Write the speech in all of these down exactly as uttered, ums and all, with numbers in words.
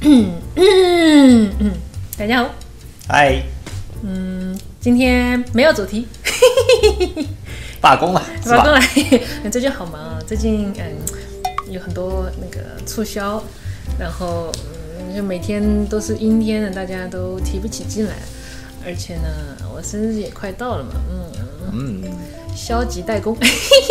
嗯嗯嗯，大家好， 嗨， 嗯，今天没有主题， 罢工了，是吧？ 罢工了，最近好忙啊，最近嗯有很多那个促销，然后嗯就每天都是阴天的，大家都提不起劲来，而且呢，我生日也快到了嘛，嗯嗯，消极怠工。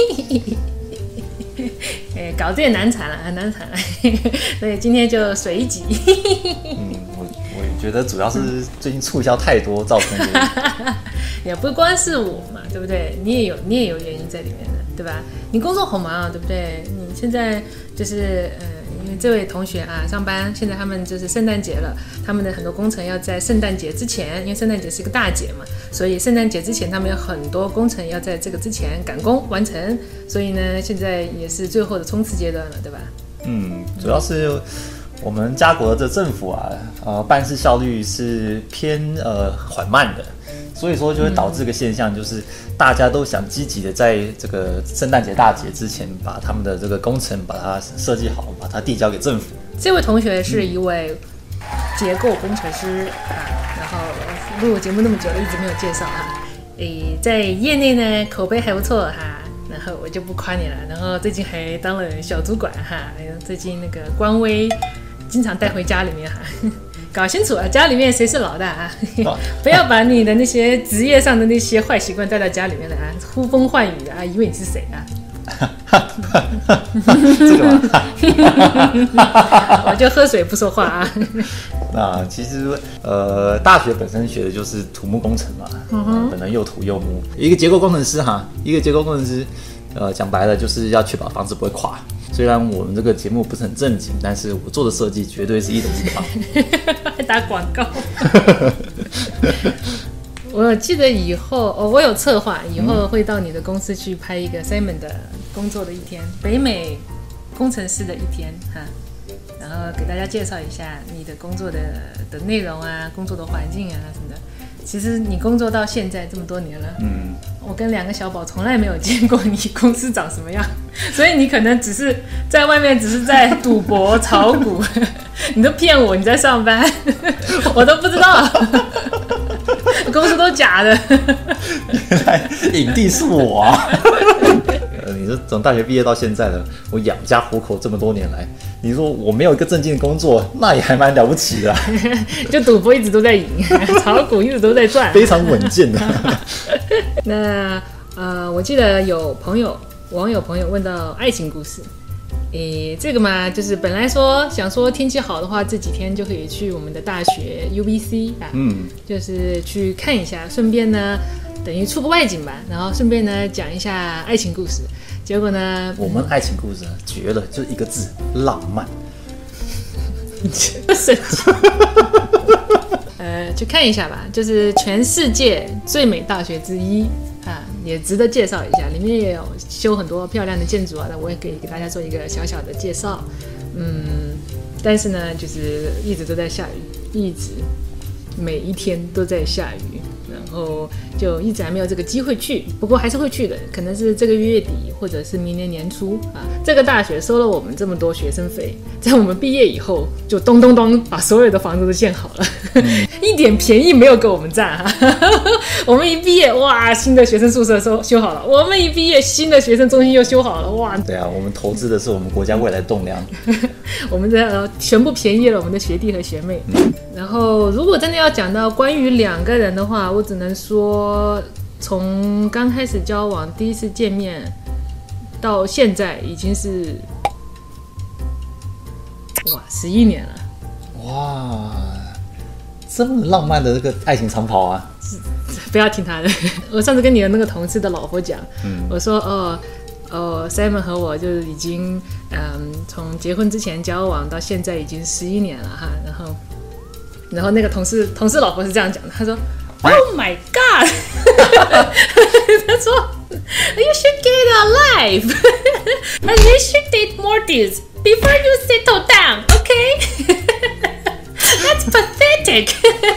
哎，搞得也难产了，很难产了，所以今天就水一集。 嗯，我我觉得主要是最近促销太多造成的。 也不光是我嘛，对不对？你也有你也有原因在里面的，对吧？你工作好忙啊，对不对？你现在就是呃，因为这位同学啊，上班现在他们就是圣诞节了，他们的很多工程要在圣诞节之前，因为圣诞节是一个大节嘛，所以圣诞节之前他们有很多工程要在这个之前赶工完成，所以呢，现在也是最后的冲刺阶段了，对吧？ 嗯，主要是我们家国的这政府啊，呃，办事效率是偏呃缓慢的。所以说就会导致一个现象，就是大家都想积极的在这个圣诞节大节之前，把他们的这个工程把它设计好，把它递交给政府。 这位同学是一位结构工程师、嗯、啊，然后录节目那么久了，一直没有介绍哈。诶，在业内呢口碑还不错哈，然后我就不夸你了。然后最近还当了小主管哈，最近那个官威经常带回家里面哈。搞清楚啊，家里面谁是老大啊？不要把你的那些职业上的那些坏习惯带到家里面来啊，呼风唤雨啊，以为你是谁啊？ 这个我就喝水不说话啊。 那其实呃，大学本身学的就是土木工程嘛，嗯、本来又土又木。一个结构工程师哈，一个结构工程师，呃，讲白了就是要确保房子不会垮。虽然我们这个节目不是很正经，但是我做的设计绝对是一等一的棒。 还打广告。我记得以后、哦、我有策划，以后会到你的公司去拍一个 Simon 的工作的一天，北美工程师的一天哈，然后给大家介绍一下你的工作的的内容啊，工作的环境啊什么的。其实你工作到现在这么多年了，嗯，我跟两个小宝从来没有见过你公司长什么样，所以你可能只是在外面只是在赌博炒股，你都骗我你在上班，我都不知道，公司都假的。 原来影帝是我啊！呃，你说从大学毕业到现在了，我养家糊口这么多年来，你说我没有一个正经的工作，那也还蛮了不起的、啊。 就赌博一直都在赢，炒股一直都在赚， 非常稳健的。 那呃，我记得有朋友网友朋友问到爱情故事，诶，这个嘛，就是本来说想说天气好的话，这几天就可以去我们的大学 U B C 啊，嗯，就是去看一下，顺便呢。等于出个外景吧，然后顺便呢讲一下爱情故事。结果呢， 我们爱情故事绝了，就一个字，浪漫。 神奇。呃，去看一下吧，就是全世界最美大学之一啊，也值得介绍一下。里面也有修很多漂亮的建筑啊，那我也可以给大家做一个小小的介绍。嗯，但是呢，就是一直都在下雨，一直每一天都在下雨。然后就一直还没有这个机会去，不过还是会去的，可能是这个月底或者是明年年初啊。这个大学收了我们这么多学生费，在我们毕业以后就咚咚咚把所有的房子都建好了，嗯、一点便宜没有给我们占啊。我们一毕业哇，新的学生宿舍修修好了，我们一毕业新的学生中心又修好了哇。 对啊，我们投资的是我们国家未来的栋梁。 我们的、呃、全部便宜了我们的学弟和学妹。嗯、然后如果真的要讲到关于两个人的话，我只能说从刚开始交往第一次见面到现在已经是哇十一年了。 哇，这么浪漫的这个爱情长跑啊！ 不要听他的，我上次跟你的那个同事的老婆讲，嗯、我说哦哦 Simon 和我就是已经嗯从结婚之前交往到现在已经十一年了哈，然后然后那个同事同事老婆是这样讲的，他说 Oh my God 他说 You should get a life and you should date more dudes before you settle down, okay? That's pathetic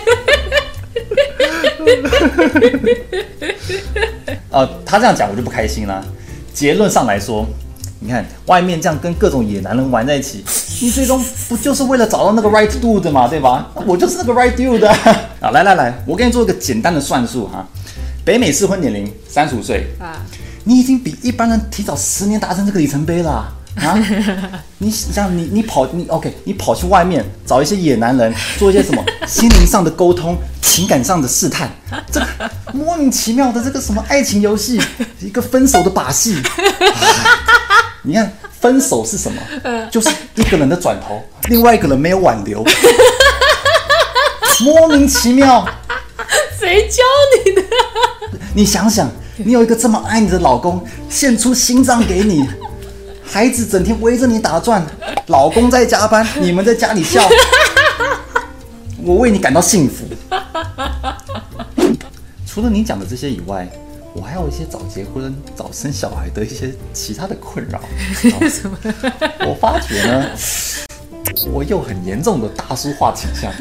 呃，他这样讲我就不开心啦。结论上来说，你看外面这样跟各种野男人玩在一起， 你最终不就是为了找到那个 right dude 嘛，对吧？我就是那个 right dude 啊！来来来，我给你做一个简单的算术哈。北美适婚年龄三十五岁啊，你已经比一般人提早十年达成这个里程碑了啊！啊你像你你跑你 OK， 你跑去外面找一些野男人，做一些什么心灵上的沟通、情感上的试探，这个莫名其妙的这个什么爱情游戏，一个分手的把戏。你看，分手是什么？就是一个人的转头，另外一个人没有挽留，莫名其妙。 谁教你的？ 你想想，你有一个这么爱你的老公，献出心脏给你，孩子整天围着你打转，老公在加班，你们在家里笑，我为你感到幸福。除了你讲的这些以外，我还有一些早结婚、早生小孩的一些其他的困扰。 什么？ 我发觉呢，我有很严重的大叔化倾向。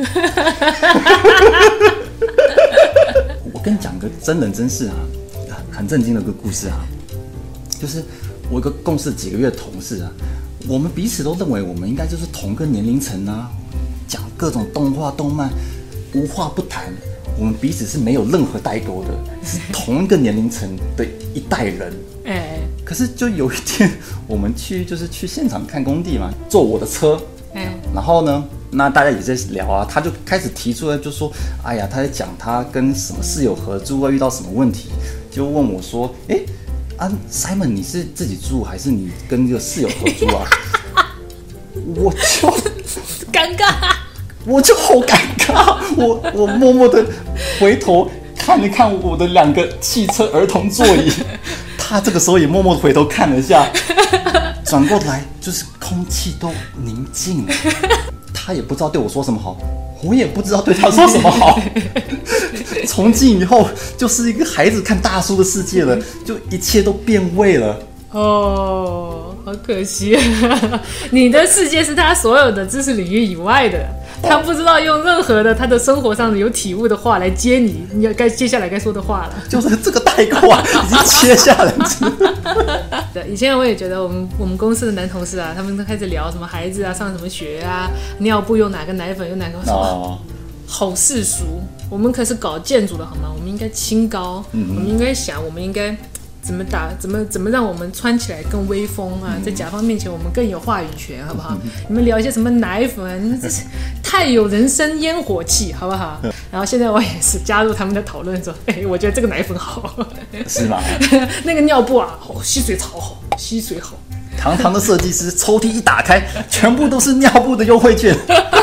我跟你讲个真人真事啊，很震惊的一个故事啊，就是我有个共事几个月的同事啊，我们彼此都认为我们应该就是同个年龄层啊，讲各种动画、动漫，无话不谈。我们彼此是没有任何代沟的，是同一个年龄层的一代人。哎，可是就有一天，我们去就是去现场看工地嘛，坐我的车，哎，然后呢，那大家也在聊啊，他就开始提出来，就说，哎呀，他在讲他跟什么室友合租啊，遇到什么问题，就问我说，哎，啊 ，Simon， 你是自己住还是你跟这个室友合租啊？我就尴尬。 我就好尴尬，我我默默的回头看了看我的两个汽车儿童座椅，他这个时候也默默的回头看了一下，转过来就是空气都宁静了，他也不知道对我说什么好，我也不知道对他说什么好。从今以后就是一个孩子看大叔的世界了，就一切都变味了。 哦，好可惜，你的世界是他所有的知识领域以外的。他不知道用任何的他的生活上有体悟的话来接你，你要该接下来该说的话了。 就是这个代沟啊，已经切下来了。对，以前我也觉得我们我们公司的男同事啊，他们都开始聊什么孩子啊，上什么学啊，尿布用哪个奶粉用哪个什么，哦、好世俗。我们可是搞建筑的好吗？我们应该清高，嗯嗯我们应该想，我们应该。怎么打？怎么怎么让我们穿起来更威风啊？在甲方面前，我们更有话语权，好不好？你们聊一些什么奶粉，这是太有人生烟火气，好不好？然后现在我也是加入他们的讨论，说，哎、欸，我觉得这个奶粉好， 是吗？ 那个尿布啊，哦，吸水槽好，吸水好。 堂堂的设计师，抽屉一打开，全部都是尿布的优惠券。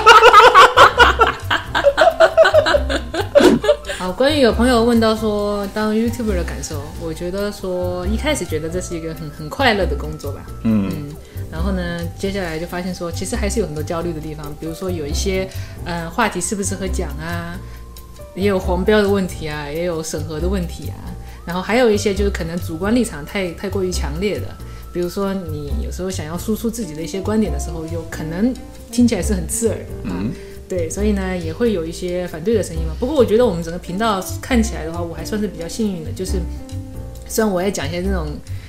好，关于有朋友问到说当 YouTuber 的感受，我觉得说一开始觉得这是一个很很快乐的工作吧，嗯嗯，然后呢，接下来就发现说其实还是有很多焦虑的地方，比如说有一些呃话题适不适合讲啊，也有黄标的问题啊，也有审核的问题啊，然后还有一些就是可能主观立场太太过于强烈的，比如说你有时候想要输出自己的一些观点的时候，有可能听起来是很刺耳的啊。嗯对，所以呢也会有一些反对的声音嘛。不过我觉得我们整个频道看起来的话，我还算是比较幸运的，就是虽然我也讲一些这种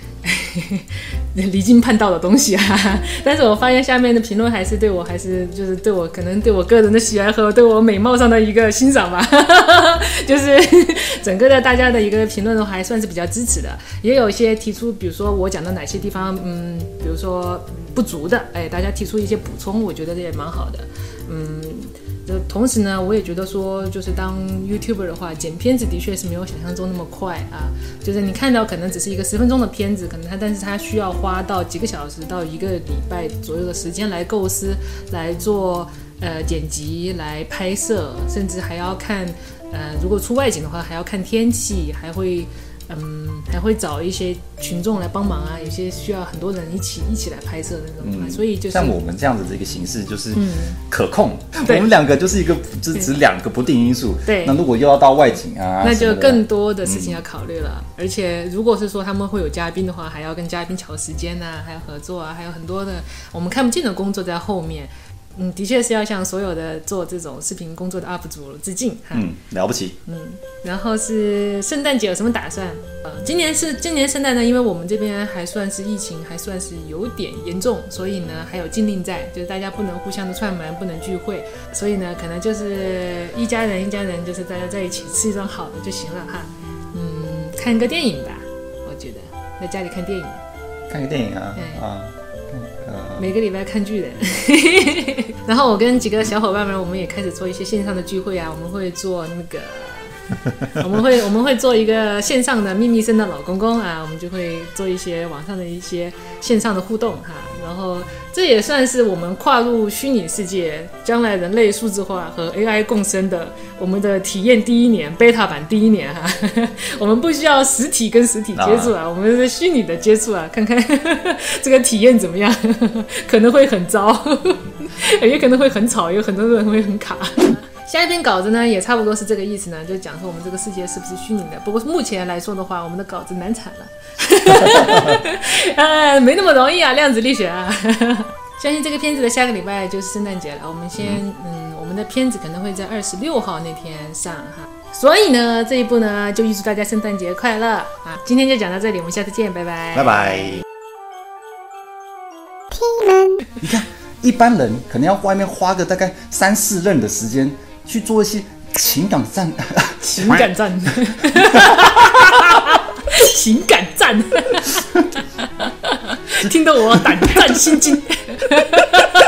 离经叛道的东西啊，但是我发现下面的评论还是对我，还是就是对我可能对我个人的喜爱和对我美貌上的一个欣赏吧，就是整个的大家的一个评论的话，还算是比较支持的。也有一些提出，比如说我讲的哪些地方，嗯，比如说不足的，哎，大家提出一些补充，我觉得这也蛮好的。嗯，就同时呢，我也觉得说，就是当 YouTuber 的话，剪片子的确是没有想象中那么快啊。就是你看到可能只是一个十分钟的片子，可能它，但是它需要花到几个小时到一个礼拜左右的时间来构思、来做呃剪辑、来拍摄，甚至还要看呃，如果出外景的话，还要看天气，还会。嗯，还会找一些群众来帮忙啊，有些需要很多人一起一起来拍摄那种、嗯，所以就是像我们这样子的一个形式，就是可控。嗯、我们两个就是一个，就是只两个不定因素。对。那如果又要到外景啊， 那就更多的事情要考虑了。嗯、而且如果是说他们会有嘉宾的话，还要跟嘉宾调时间啊，还要合作啊，还有很多的我们看不见的工作在后面。 嗯，的确是要向所有的做这种视频工作的 U P 主致敬哈。 嗯，了不起。 嗯，然后是圣诞节有什么打算？呃，今年是今年圣诞呢，因为我们这边还算是疫情还算是有点严重，所以呢还有禁令在，就是大家不能互相的串门，不能聚会，所以呢可能就是一家人一家人，就是大家在一起吃一顿好的就行了哈。嗯，看个电影吧，我觉得在家里看电影。 看个电影啊， 哎、 啊，呃， 每个礼拜看巨人。然后我跟几个小伙伴们，我们也开始做一些线上的聚会啊，我们会做那个。我们会我们会做一个线上的秘密生的老公公啊，我们就会做一些网上的一些线上的互动哈，然后这也算是我们跨入虚拟世界，将来人类数字化和 A I 共生的我们的体验第一年 beta 版第一年哈，我们不需要实体跟实体接触啊，我们是虚拟的接触啊，看看这个体验怎么样，可能会很糟，也可能会很吵，有很多人会很卡。下一篇稿子呢，也差不多是这个意思呢，就讲说我们这个世界是不是虚拟的。不过目前来说的话，我们的稿子难产了，呃，没那么容易啊，量子力学啊。相信这个片子的下个礼拜就是圣诞节了，我们先，嗯，我们的片子可能会在二十六号那天上哈。所以呢，这一部呢，就预祝大家圣诞节快乐啊！今天就讲到这里，我们下次见，拜拜， 拜拜。你看，一般人可能要外面花个大概三四任的时间。去做一些情感战， 情感战，情感战，听得我胆战心惊。